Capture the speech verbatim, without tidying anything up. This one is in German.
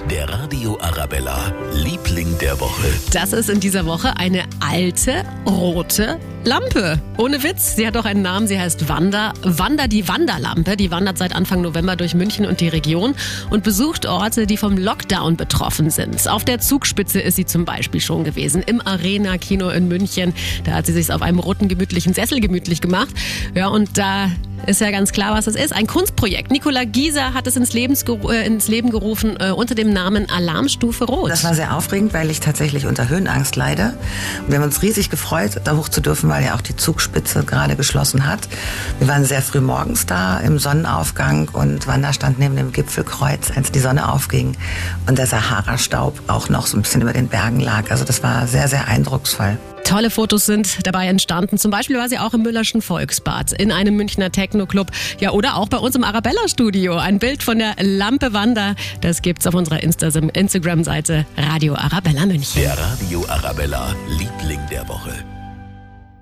Der Radio Arabella, Liebling der Woche. Das ist in dieser Woche eine alte, rote Lampe. Ohne Witz, sie hat auch einen Namen, sie heißt Wanda. Wanda, die Wanderlampe. Die wandert seit Anfang November durch München und die Region und besucht Orte, die vom Lockdown betroffen sind. Auf der Zugspitze ist sie zum Beispiel schon gewesen, im Arena-Kino in München. Da hat sie sich auf einem roten, gemütlichen Sessel gemütlich gemacht. Ja, und da ist ja ganz klar, was das ist. Ein Kunstprojekt. Nicola Gieser hat es ins, Lebens, äh, ins Leben gerufen äh, unter dem Namen Alarmstufe Rot. Das war sehr aufregend, weil ich tatsächlich unter Höhenangst leide. Und wir haben uns riesig gefreut, da hoch zu dürfen, weil ja auch die Zugspitze gerade geschlossen hat. Wir waren sehr früh morgens da im Sonnenaufgang und Wanda stand neben dem Gipfelkreuz, als die Sonne aufging und der Sahara-Staub auch noch so ein bisschen über den Bergen lag. Also das war sehr, sehr eindrucksvoll. Tolle Fotos sind dabei entstanden. Zum Beispiel war sie auch im Müllerschen Volksbad, in einem Münchner Techno-Club. Ja, oder auch bei uns im Arabella-Studio. Ein Bild von der Lampe Wanda. Das gibt's auf unserer Insta- Instagram-Seite Radio Arabella München. Der Radio Arabella, Liebling der Woche.